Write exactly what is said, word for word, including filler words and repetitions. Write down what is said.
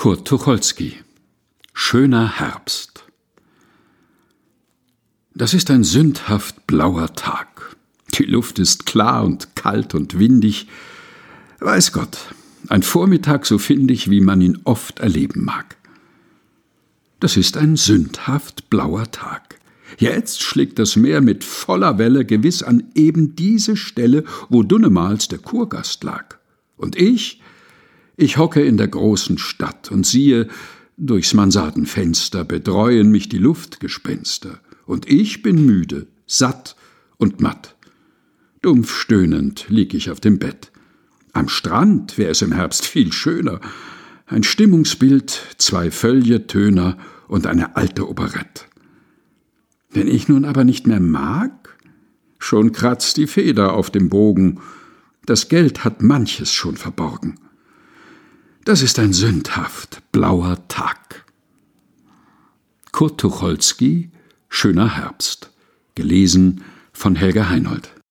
Kurt Tucholsky. Schöner Herbst. Das ist ein sündhaft blauer Tag. Die Luft ist klar und kalt und windig. Weiß Gott, ein Vormittag so findig, wie man ihn oft erleben mag. Das ist ein sündhaft blauer Tag. Jetzt schlägt das Meer mit voller Welle gewiss an eben diese Stelle, wo dunnemals der Kurgast lag. Und ich, ich hocke in der großen Stadt und siehe, durchs Mansardenfenster bedreuen mich die Luftgespenster. Und ich bin müde, satt und matt. Dumpf stöhnend lieg ich auf dem Bett. Am Strand wär es im Herbst viel schöner. Ein Stimmungsbild, zwei Feuilletöner und eine alte Operette. Wenn ich nun aber nicht mehr mag, schon kratzt die Feder auf dem Bogen. Das Geld hat manches schon verborgen. Das ist ein sündhaft blauer Tag. Kurt Tucholsky, Schöner Herbst. Gelesen von Helga Heinold.